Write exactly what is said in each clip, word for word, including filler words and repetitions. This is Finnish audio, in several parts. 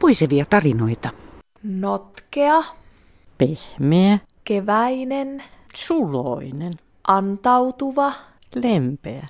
puisevia tarinoita. Notkea, pehmeä, keväinen, suloinen, antautuva, lempeä.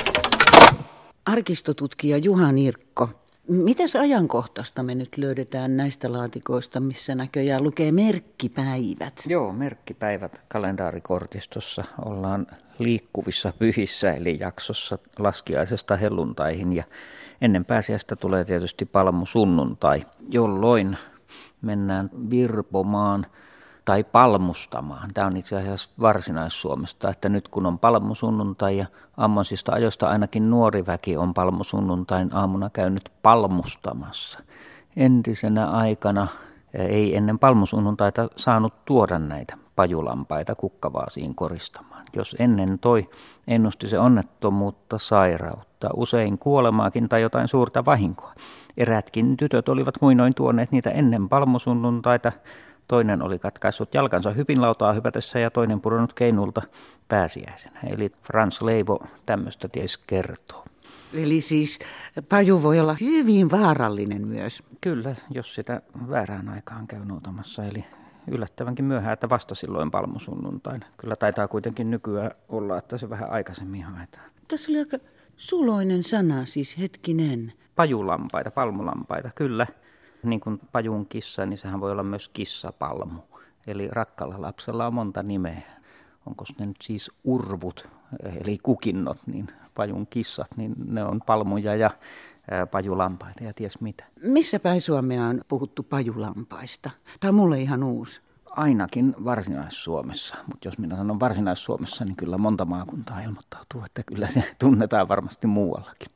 Arkistotutkija Juha Nirkko, mitäs ajankohtaista me nyt löydetään näistä laatikoista, missä näköjään lukee merkkipäivät? Joo, merkkipäivät kalendaarikortistossa ollaan liikkuvissa pyhissä, eli jaksossa laskiaisesta helluntaihin. Ja ennen pääsiäistä tulee tietysti palmusunnuntai, jolloin mennään virpomaan tai palmustamaan. Tämä on itse asiassa Varsinais-Suomesta, että nyt kun on palmusunnuntai ja ammoisista ajoista ainakin nuori väki on palmusunnuntain aamuna käynyt palmustamassa. Entisenä aikana ei ennen palmusunnuntaita saanut tuoda näitä pajulampaita kukkavaasiin koristamaan. Jos ennen toi, ennusti se onnettomuutta, sairautta, usein kuolemaakin tai jotain suurta vahinkoa. Eräätkin tytöt olivat muinoin tuoneet niitä ennen palmusunnuntaita. Toinen oli katkaissut jalkansa hypinlautaa hypätessä ja toinen pudonnut keinulta pääsiäisenä. Eli Frans Leivo tämmöistä ties kertoo. Eli siis paju voi olla hyvin vaarallinen myös. Kyllä, jos sitä väärään aikaan käy noutamassa. Eli yllättävänkin myöhään, että vasta silloin palmusunnuntaina. Kyllä taitaa kuitenkin nykyään olla, että se vähän aikaisemmin haetaan. Tässä oli aika suloinen sana, siis hetkinen. Pajulampaita, palmulampaita, kyllä. Niin kuin pajun kissa, niin sehän voi olla myös kissapalmu. Eli rakkalla lapsella on monta nimeä. Onko ne nyt siis urvut, eli kukinnot, niin pajun kissat, niin ne on palmuja ja ää, pajulampaita ja ties mitä. Missä päin Suomea on puhuttu pajulampaista? Tämä on mulle ihan uusi. Ainakin Varsinais-Suomessa, mutta jos minä sanon Varsinais-Suomessa, niin kyllä monta maakuntaa ilmoittautuu, että kyllä se tunnetaan varmasti muuallakin.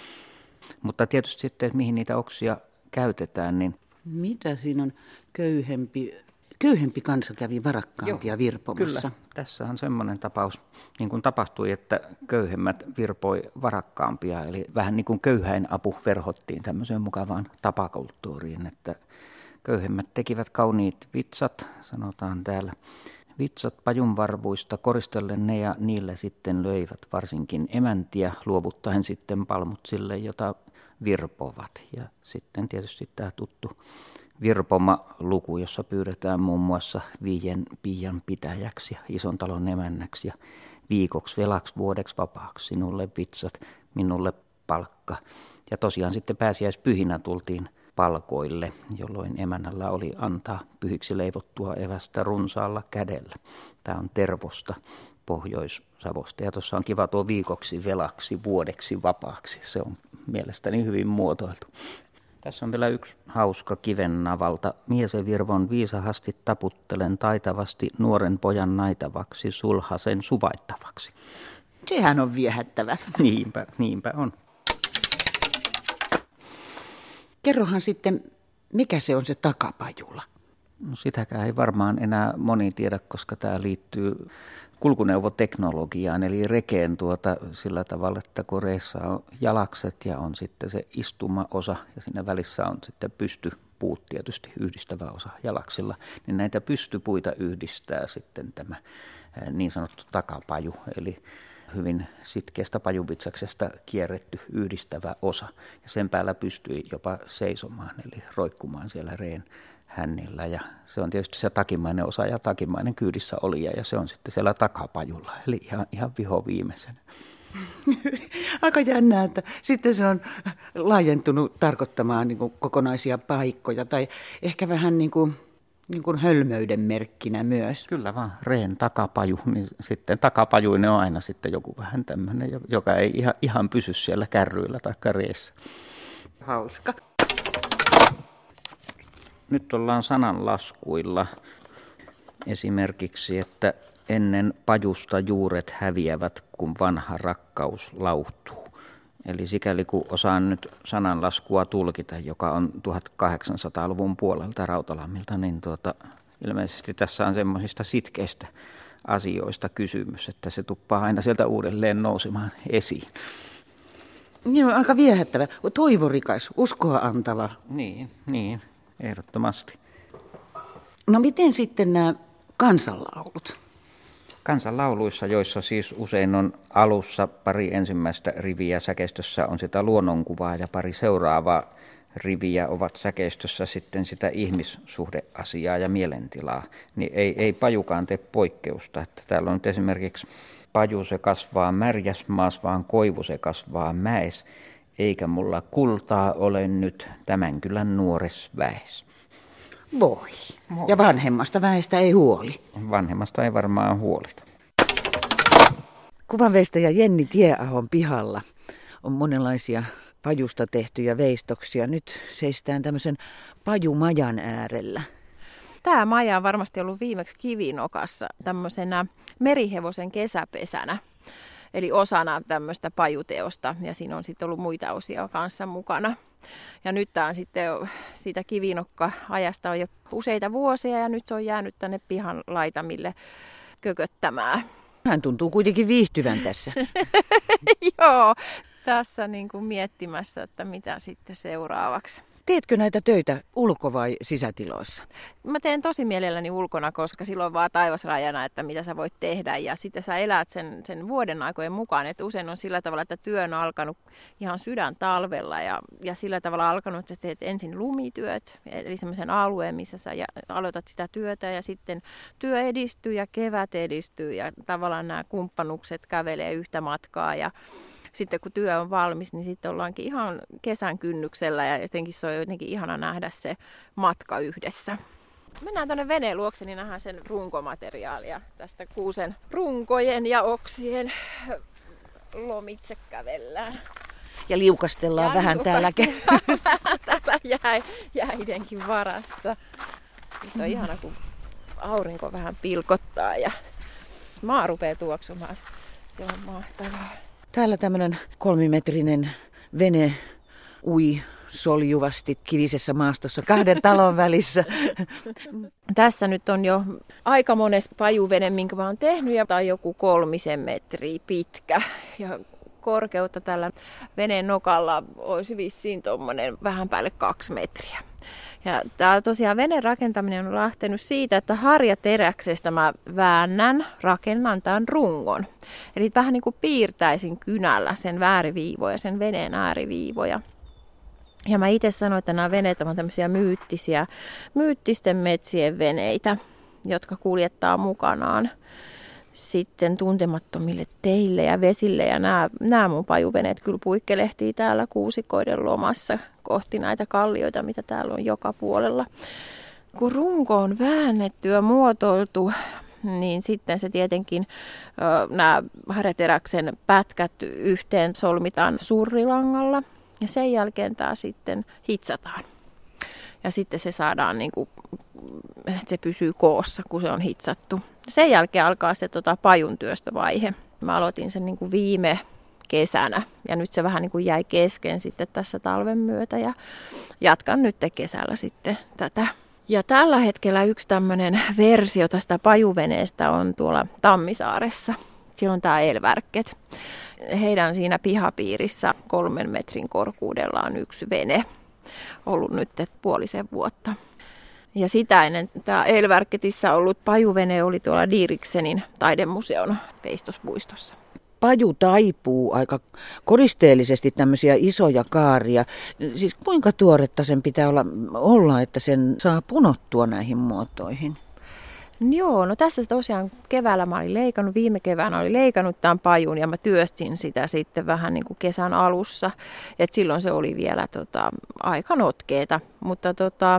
Mutta tietysti sitten, että mihin niitä oksia käytetään, niin... Mitä siinä on? Köyhempi, köyhempi kansa kävi varakkaampia Joo, virpomassa. Kyllä, tässä on semmoinen tapaus, niin kuin tapahtui, että köyhemmät virpoi varakkaampia, eli vähän niin kuin köyhäinapu verhottiin tämmöiseen mukavaan tapakulttuuriin, että köyhemmät tekivät kauniit vitsat, sanotaan täällä, vitsat pajunvarvuista koristellen ne ja niillä sitten löivät varsinkin emäntiä, luovuttaen sitten palmut sille, jota virpovat. Ja sitten tietysti tämä tuttu virpoma-luku, jossa pyydetään muun muassa viien piian pitäjäksi ja ison talon emännäksi ja viikoksi, velaksi, vuodeksi vapaaksi. Sinulle vitsat, minulle palkka. Ja tosiaan sitten pääsiäispyhinä tultiin palkoille, jolloin emännällä oli antaa pyhiksi leivottua evästä runsaalla kädellä. Tämä on Tervosta, Pohjois-Savosta. Ja tuossa on kiva tuo viikoksi, velaksi, vuodeksi, vapaaksi. Se on mielestäni hyvin muotoiltu. Tässä on vielä yksi hauska kivennavalta. Miesen virvon viisahasti taputtelen taitavasti nuoren pojan naitavaksi, sulhasen suvaittavaksi. Sehän on viehättävä. Niinpä, niinpä on. Kerrohan sitten, mikä se on se takapajula? No sitäkään ei varmaan enää moni tiedä, koska tämä liittyy kulkuneuvoteknologiaan, eli rekeen tuota sillä tavalla, että kun reessä on jalakset ja on sitten se istumaosa ja siinä välissä on sitten pystypuut tietysti yhdistävä osa jalaksilla, niin näitä pystypuita yhdistää sitten tämä niin sanottu takapaju, eli hyvin sitkeästä pajuvitsaksesta kierretty yhdistävä osa. Ja sen päällä pystyi jopa seisomaan, eli roikkumaan siellä reen hännillä. Ja se on tietysti se takimainen osa ja takimainen kyydissä olija, ja se on sitten siellä takapajulla, eli ihan, ihan viho viimeisenä. Aika jännää, että sitten se on laajentunut tarkoittamaan niin kuin kokonaisia paikkoja, tai ehkä vähän niin kuin niin kuin hölmöyden merkkinä myös. Kyllä vaan, reen takapaju, niin sitten takapajuinen on aina sitten joku vähän tämmöinen, joka ei ihan, ihan pysy siellä kärryillä tai reessä. Hauska. Nyt ollaan sananlaskuilla esimerkiksi, että ennen pajusta juuret häviävät, kun vanha rakkaus lauhtuu. Eli sikäli kun osaan nyt sananlaskua tulkita, joka on tuhatkahdeksansataaluvun puolelta Rautalammilta, niin tuota, ilmeisesti tässä on semmoisista sitkeistä asioista kysymys, että se tuppaa aina sieltä uudelleen nousemaan esiin. Joo, aika viehättävä. Toivorikas, uskoa antava. Niin, niin, ehdottomasti. No miten sitten nämä kansanlaulut? Kansanlauluissa, joissa siis usein on alussa pari ensimmäistä riviä säkeistössä on sitä luonnonkuvaa ja pari seuraavaa riviä ovat säkeistössä sitten sitä ihmissuhdeasiaa ja mielentilaa, niin ei, ei pajukaan tee poikkeusta. Että täällä on nyt esimerkiksi paju se kasvaa märjäs maas, vaan koivu se kasvaa mäes, eikä mulla kultaa ole nyt tämän kylän nuores väes. Voi. Ja vanhemmasta väestä ei huoli. Vanhemmasta ei varmaan huolita. Kuvanveistäjä Jenni Tieahon pihalla on monenlaisia pajusta tehtyjä veistoksia. Nyt seistään tämmöisen pajumajan äärellä. Tämä maja on varmasti ollut viimeksi Kivinokassa tämmöisenä merihevosen kesäpesänä. Eli osana tämmöistä pajuteosta, ja siinä on sitten ollut muita osia kanssa mukana. Ja nyt tämä on sitten siitä Kivinokka-ajasta on jo useita vuosia, ja nyt se on jäänyt tänne pihan laitamille kököttämään. Hän tuntuu kuitenkin viihtyvän tässä. Joo, tässä niin kuin miettimässä, että mitä sitten seuraavaksi. Teetkö näitä töitä ulko- vai sisätiloissa? Mä teen tosi mielelläni ulkona, koska silloin vaan taivasrajana, että mitä sä voit tehdä. Ja sitten sä elät sen, sen vuoden aikojen mukaan. Että usein on sillä tavalla, että työ on alkanut ihan sydän talvella. Ja, ja sillä tavalla alkanut, että sä teet ensin lumityöt. Eli semmoisen alueen, missä sä aloitat sitä työtä. Ja sitten työ edistyy ja kevät edistyy. Ja tavallaan nämä kumppanukset kävelee yhtä matkaa. Ja sitten kun työ on valmis, niin sitten ollaankin ihan kesän kynnyksellä ja jotenkin se on jotenkin ihana nähdä se matka yhdessä. Mennään tuonne veneen luokse, niin nähdään sen runkomateriaalia tästä kuusen runkojen ja oksien lomitse kävellään. Ja liukastellaan ja vähän täällä. Vähän täällä jäi, jäidenkin varassa. Nyt on ihana, kun aurinko vähän pilkottaa ja maa rupeaa tuoksumaan. Se on mahtavaa. Täällä tämmöinen kolmimetrinen vene ui soljuvasti kivisessä maastossa kahden talon välissä. Tässä nyt on jo aika mones pajuvene, minkä mä oon tehnyt, ja tai joku kolmisen metriä pitkä. Ja korkeutta tällä veneen nokalla olisi vissiin tuommoinen vähän päälle kaksi metriä. Ja tää tosiaan veneen rakentaminen on lähtenyt siitä, että harjateräksestä mä väännän, rakennan tämän rungon. Eli vähän niin kuin piirtäisin kynällä sen vääriviivoja, sen veneen ääriviivoja. Ja mä itse sanoin, että nämä veneet ovat tämmöisiä myyttisiä, myyttisten metsien veneitä, jotka kuljettaa mukanaan sitten tuntemattomille teille ja vesille. Ja nämä, nämä mun pajuveneet kyllä puikkelehtii täällä kuusikoiden lomassa kohti näitä kallioita, mitä täällä on joka puolella. Kun runko on väännetty ja muotoiltu, niin sitten se tietenkin nämä harjateräksen pätkät yhteen solmitaan surrilangalla. Ja sen jälkeen tämä sitten hitsataan. Ja sitten se saadaan, niin kuin, että se pysyy koossa, kun se on hitsattu. Sen jälkeen alkaa se tota, pajun työstövaihe. Mä aloitin sen niin kuin viime kesänä ja nyt se vähän niin kuin jäi kesken sitten tässä talven myötä. Ja jatkan nyt kesällä sitten tätä. Ja tällä hetkellä yksi tämmöinen versio tästä pajuveneestä on tuolla Tammisaaressa. Siellä on tämä Elvärket. Heidän siinä pihapiirissä kolmen metrin korkuudella on yksi vene ollut nyt puolisen vuotta. Ja sitä ennen tämä Elvärketissä ollut pajuvene oli tuolla Diiriksenin taidemuseon veistospuistossa. Paju taipuu aika koristeellisesti tämmöisiä isoja kaaria. Siis kuinka tuoretta sen pitää olla, olla että sen saa punottua näihin muotoihin? Joo, no tässä tosiaan keväällä mä olin leikannut, viime keväänä olin leikannut tämän pajun ja mä työstin sitä sitten vähän niin kuin kesän alussa. Et silloin se oli vielä tota, aika notkeeta, mutta tota,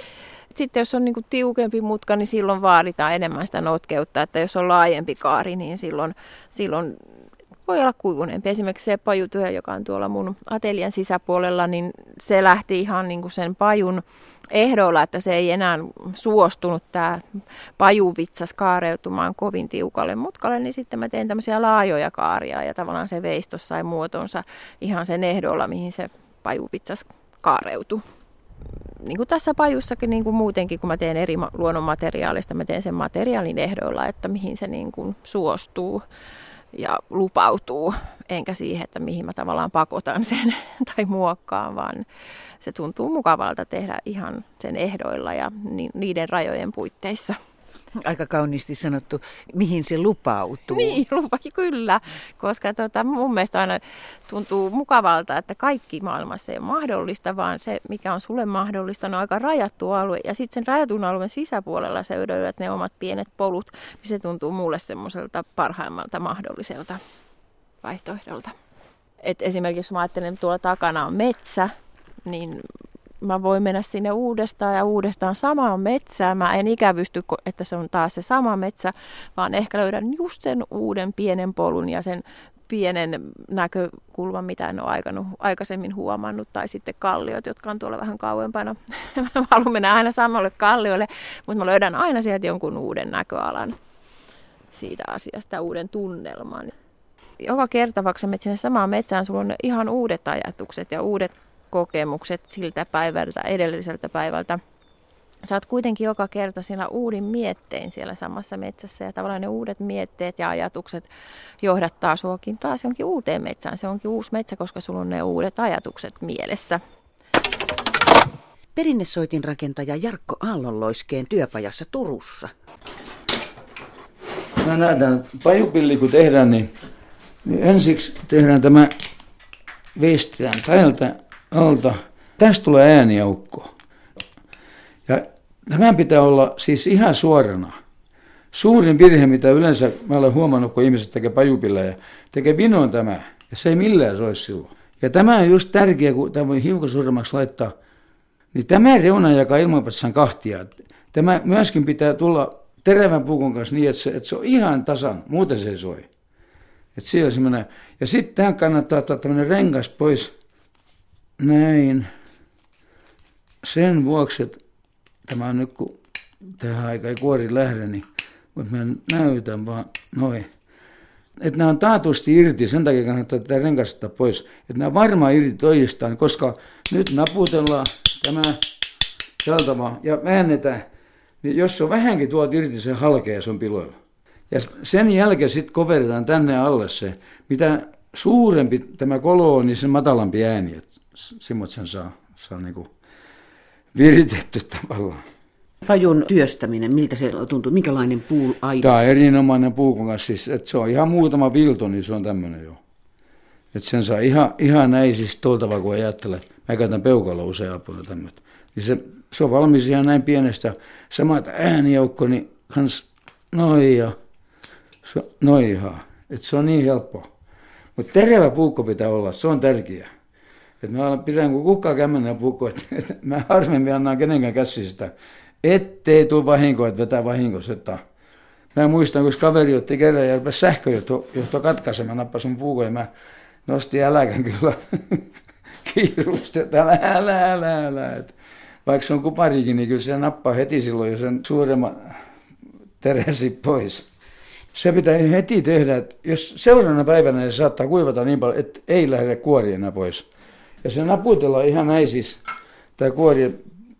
sitten jos on niin kuin tiukempi mutka, niin silloin vaaditaan enemmän sitä notkeutta, että jos on laajempi kaari, niin silloin, silloin voi olla kuivuneempi. Esimerkiksi se pajutyö, joka on tuolla mun atelian sisäpuolella, niin se lähti ihan niin kuin sen pajun ehdolla, että se ei enää suostunut tämä pajuvitsas kaareutumaan kovin tiukalle mutkalle, niin sitten mä tein tämmöisiä laajoja kaaria ja tavallaan se veistos sai muotonsa ihan sen ehdolla, mihin se pajuvitsas kaareutui. Niin kuin tässä pajussakin, niin kuin muutenkin, kun mä teen eri luonnonmateriaalista, mä teen sen materiaalin ehdoilla, että mihin se niin kuin suostuu ja lupautuu, enkä siihen, että mihin mä tavallaan pakotan sen tai muokkaan, vaan se tuntuu mukavalta tehdä ihan sen ehdoilla ja niiden rajojen puitteissa. Aika kauniisti sanottu, mihin se lupautuu. Niin, lupa, kyllä, koska tota, mun mielestä aina tuntuu mukavalta, että kaikki maailmassa ei ole mahdollista, vaan se, mikä on sulle mahdollista, on aika rajattu alue. Ja sitten sen rajatun alueen sisäpuolella sä löydät ne omat pienet polut, niin se tuntuu mulle semmoiselta parhaimmalta mahdolliselta vaihtoehdolta. Et esimerkiksi jos mä ajattelen, että tuolla takana on metsä, niin mä voin mennä sinne uudestaan ja uudestaan samaan metsään. Mä en ikävysty, että se on taas se sama metsä, vaan ehkä löydän just sen uuden pienen polun ja sen pienen näkökulman, mitä en ole aikaisemmin huomannut. Tai sitten kalliot, jotka on tuolla vähän kauempana. Mä haluan mennä aina samalle kalliolle, mutta mä löydän aina sieltä jonkun uuden näköalan siitä asiasta, uuden tunnelman. Joka kerta, vaikka sä menet sinne samaan metsään, sulla on ihan uudet ajatukset ja uudet kokemukset siltä päivältä, edelliseltä päivältä. Sä oot kuitenkin joka kerta siellä uudin miettein siellä samassa metsässä ja tavallaan ne uudet mietteet ja ajatukset johdattaa suokin taas jonkin uuteen metsään. Se onkin uusi metsä, koska sulla on ne uudet ajatukset mielessä. Perinnesoitin rakentaja Jarkko Aallonloiskeen työpajassa Turussa. Mä nähdään, pajupilli kun tehdään, niin, niin ensiksi tehdään tämä veistään täältä alta. Tästä tulee ääniaukko. Ja tämän pitää olla siis ihan suorana. Suurin virhe, mitä yleensä mä olen huomannut, kun ihmiset tekee pajupillejä, tekee vinoon tämä. Ja se ei millään soisi silloin. Ja tämä on just tärkeä, kun tämä voi hiukan suuremmaksi laittaa. Niin tämä reuna jakaa ilmanpatsan kahtia. Tämä myöskin pitää tulla terävän puukon kanssa niin, että se, että se on ihan tasan. Muuten se ei soi. Että siinä on semmoinen. Ja sitten tähän kannattaa ottaa tämmöinen rengas pois. Näin. Sen vuoksi, että tämä on nyt, kun tähän aikaan ei kuori lähde, niin mutta mä näytän vaan noin. Että nämä on taatusti irti, sen takia kannattaa tätä renkasta pois. Että nämä on varmaan irti toisistaan, koska nyt naputellaan tämä tältä vaan ja väännetään. Niin jos se on vähänkin tuolta irti, se halkeaa sun piloilla. Ja sen jälkeen sitten koverretaan tänne alle se, mitä suurempi tämä kolo on, niin sen matalampi ääni. Että semmoista sen saa, saa niinku viritetty tavallaan. Pajun työstäminen, miltä se tuntuu? Minkälainen puu aidos? Tämä on erinomainen puukon kanssa. Siis, että se on ihan muutama vilto, niin se on tämmöinen jo. Että sen saa ihan, ihan näin siis tuolta, kun ajattelee. Mä käytän peukalla usein apuna tämmöistä. Niin se, se on valmis ihan näin pienestä. Sama äänijoukko, niin kans noin ja noin ihan. Että se on niin helppoa. Mutta terävä puukko pitää olla, se on tärkeää. Että mä pidän kun kukaan kämmenen puukko, että, että mä harvemmin annan kenenkään käsistä. Ettei tule vahinkoa, että vetää vahinkoa. Mä muistan, kun kaveri otti kerran ja rupesi sähköjohto katkaisemaan, mä nappasin puukon ja mä nostin äläkän kyllä kiirusti, että älä, älä, älä, älä. Et vaikka se on kuparikin, niin kyllä se nappaa heti silloin jo sen suuremman teräsi pois. Se pitää heti tehdä, että jos seuraavana päivänä se saattaa kuivata niin paljon, että ei lähde kuori enää pois. Ja se naputellaan ihan näin siis, tämä kuori,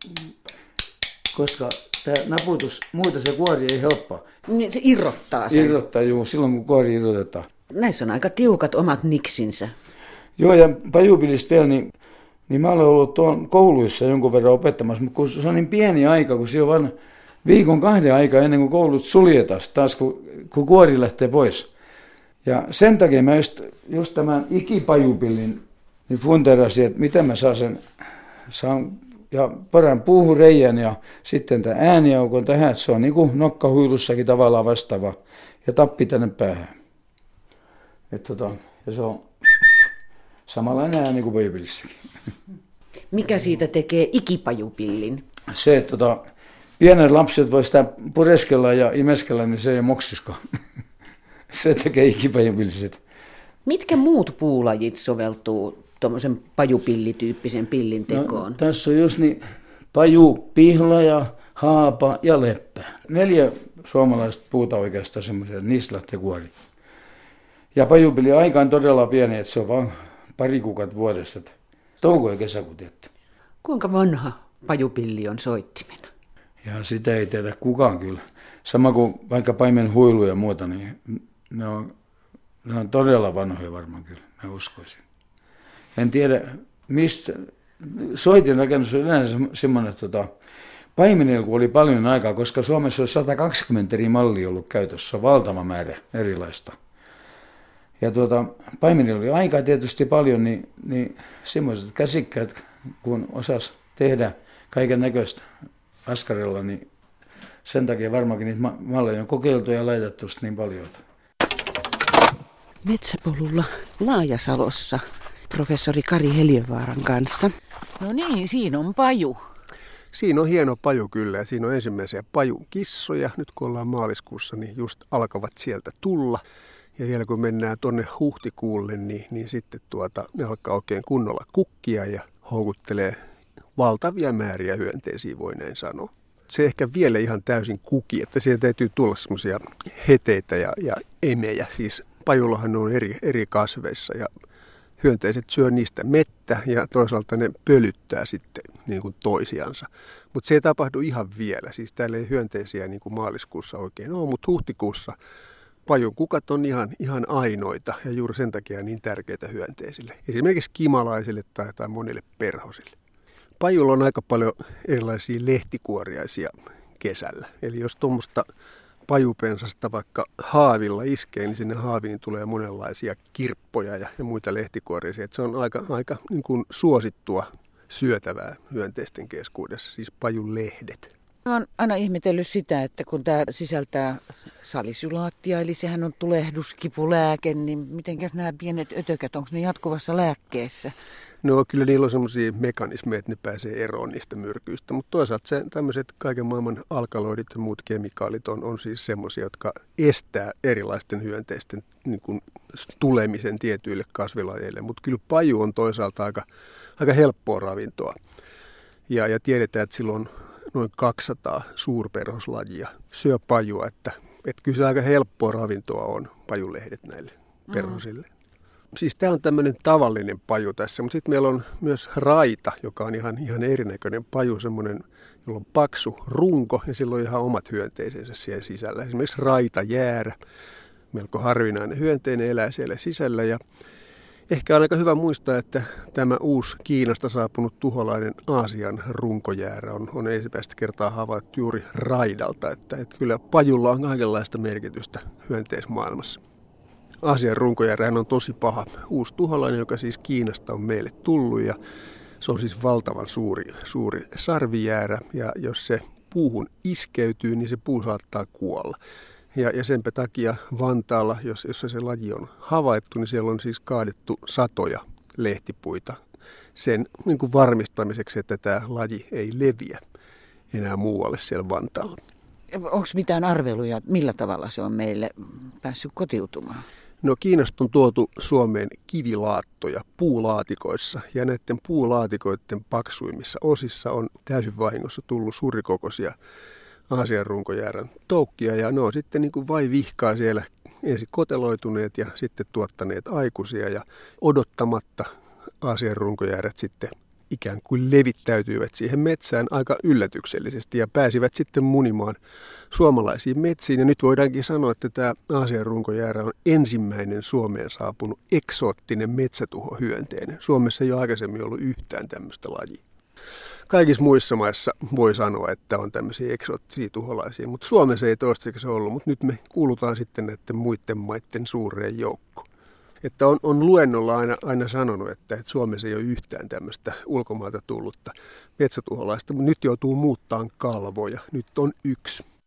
koska tämä naputus, muuta se kuori ei helppoa. Se irrottaa sen. Irrottaa, juu, silloin kun kuori irrotetaan. Näissä on aika tiukat omat niksinsä. Joo, ja pajupillista vielä, niin, niin mä olen ollut tuon kouluissa jonkun verran opettamassa, mutta kun se on niin pieni aika, kun se on vain viikon kahden aikaa ennen kuin koulut suljetaan taas, kun, kun kuori lähtee pois. Ja sen takia mä just, just tämän ikipajupillin niin funterasin, että miten mä saan sen, saan, ja paran puuhun reijän ja sitten tämä ääniaukon tähän, että se on niin kuin nokkahuilussakin tavallaan vastaava ja tappi tänne päähän. Et tota, ja se on samanlainen ääni kuin pajupillissäkin. Mikä siitä tekee ikipajupillin? Se, että tota, pienet lapset voi sitä pureskella ja imeskellä, niin se ei moksisko. Se tekee ikipajupilliset. Mitkä muut puulajit soveltuu tuommoisen pajupillityyppisen pillin tekoon? No, tässä on just niin paju, pihlaja, haapa ja leppä. Neljä suomalaista puuta oikeastaan semmoisia, niistä lähtee kuori. Ja pajupilli aika on todella pieni, että se on vain pari kuukautta vuodesta. Touko ja kesäkuun tietty. Kuinka vanha pajupilli on soittimena? Ja sitä ei tiedä kukaan kyllä. Sama kuin vaikka paimen huilu ja muuta, niin ne on, ne on todella vanhoja varmaan kyllä, mä uskoisin. En tiedä, mistä. Soitin rakennus on yleensä semmoinen, että tota, Paimenilla kun oli paljon aikaa, koska Suomessa oli sata kaksikymmentä eri mallia ollut käytössä, valtava määrä erilaista. Ja tuota, paimenilla oli aikaa tietysti paljon, niin, niin semmoiset käsikkäät, kun osas tehdä kaiken näköistä askarilla, niin sen takia varmaankin niitä malleja on kokeiltu ja laitettu niin paljon. Metsäpolulla Laajasalossa professori Kari Heliövaaran kanssa. No niin, siinä on paju. Siinä on hieno paju kyllä ja siinä on ensimmäisiä pajukissoja. Nyt kun ollaan maaliskuussa, niin just alkavat sieltä tulla. Ja vielä kun mennään tuonne huhtikuulle, niin, niin sitten tuota, ne alkaa oikein kunnolla kukkia ja houkuttelee valtavia määriä hyönteisiä, voi näin sanoa. Se ehkä vielä ihan täysin kuki, että siihen täytyy tulla semmoisia heteitä ja, ja emejä. Siis pajullahan on eri, eri kasveissa ja hyönteiset syö niistä mettä ja toisaalta ne pölyttää sitten niin kuin toisiansa. Mutta se ei tapahdu ihan vielä. Siis täällä ei hyönteisiä niin kuin maaliskuussa oikein ole, mutta huhtikuussa pajun kukat on ihan, ihan ainoita ja juuri sen takia niin tärkeitä hyönteisille. Esimerkiksi kimalaisille tai, tai monille perhosille. Pajulla on aika paljon erilaisia lehtikuoriaisia kesällä. Eli jos tuommoista pajupensasta vaikka haavilla iskee, niin sinne haaviin tulee monenlaisia kirppoja ja, ja muita lehtikuoriaisia. Et se on aika, aika niin kuin suosittua syötävää hyönteisten keskuudessa, siis pajun lehdet. Olen aina ihmetellyt sitä, että kun tämä sisältää salisulaattia, eli sehän on tulehduskipulääke, niin mitenkäs nämä pienet ötökät, onko ne jatkuvassa lääkkeessä? No kyllä niillä on sellaisia mekanismeja, että ne pääsee eroon niistä myrkyistä, mutta toisaalta se, tämmöiset kaiken maailman alkaloidit ja muut kemikaalit on, on siis semmoisia, jotka estää erilaisten hyönteisten niin kuin tulemisen tietyille kasvilajeille, mutta kyllä paju on toisaalta aika, aika helppoa ravintoa ja, ja tiedetään, että silloin noin kaksisataa suurperhoslajia syö pajua, että, että kyllä se aika helppoa ravintoa on pajulehdet näille perhosille. Mm. Siis tämä on tämmöinen tavallinen paju tässä, mutta sitten meillä on myös raita, joka on ihan, ihan erinäköinen paju, semmoinen, jolla on paksu runko ja sillä on ihan omat hyönteisensä siellä sisällä. Esimerkiksi raitajäärä, melko harvinainen hyönteinen elää siellä sisällä ja ehkä on aika hyvä muistaa, että tämä uusi Kiinasta saapunut tuholainen Aasian runkojäärä on, on ensimmäistä kertaa havaittu juuri raidalta, että, että kyllä pajulla on kaikenlaista merkitystä hyönteismaailmassa. Aasian runkojäärähän on tosi paha uusi tuholainen, joka siis Kiinasta on meille tullut ja se on siis valtavan suuri, suuri sarvijäärä ja jos se puuhun iskeytyy, niin se puu saattaa kuolla. Ja, ja senpä takia Vantaalla, jos, jos se laji on havaittu, niin siellä on siis kaadettu satoja lehtipuita sen niin kuin varmistamiseksi, että tämä laji ei leviä enää muualle siellä Vantaalla. Onko mitään arveluja, millä tavalla se on meille päässyt kotiutumaan? No Kiinasta on tuotu Suomeen kivilaattoja puulaatikoissa ja näiden puulaatikoiden paksuimmissa osissa on täysin vahingossa tullut suurikokoisia Aasian runkojäärän toukkia ja ne on sitten niin kuin vai vihkaa siellä ensin koteloituneet ja sitten tuottaneet aikuisia ja odottamatta Aasian runkojäärät sitten ikään kuin levittäytyivät siihen metsään aika yllätyksellisesti ja pääsivät sitten munimaan suomalaisiin metsiin. Ja nyt voidaankin sanoa, että tämä Aasian runkojäärä on ensimmäinen Suomeen saapunut eksoottinen metsätuhohyönteinen. Suomessa ei ole aikaisemmin ollut yhtään tämmöistä lajia. Kaikissa muissa maissa voi sanoa, että on tämmöisiä eksoottisia tuholaisia, mutta Suomessa ei toistaiseksi ollut, mutta nyt me kuulutaan sitten näiden muiden maiden suureen joukkoon. Että on, on luennolla aina, aina sanonut, että, että Suomessa ei ole yhtään tämmöistä ulkomailta tullutta metsätuholaista, mutta nyt joutuu muuttamaan kalvoja. Nyt on yksi.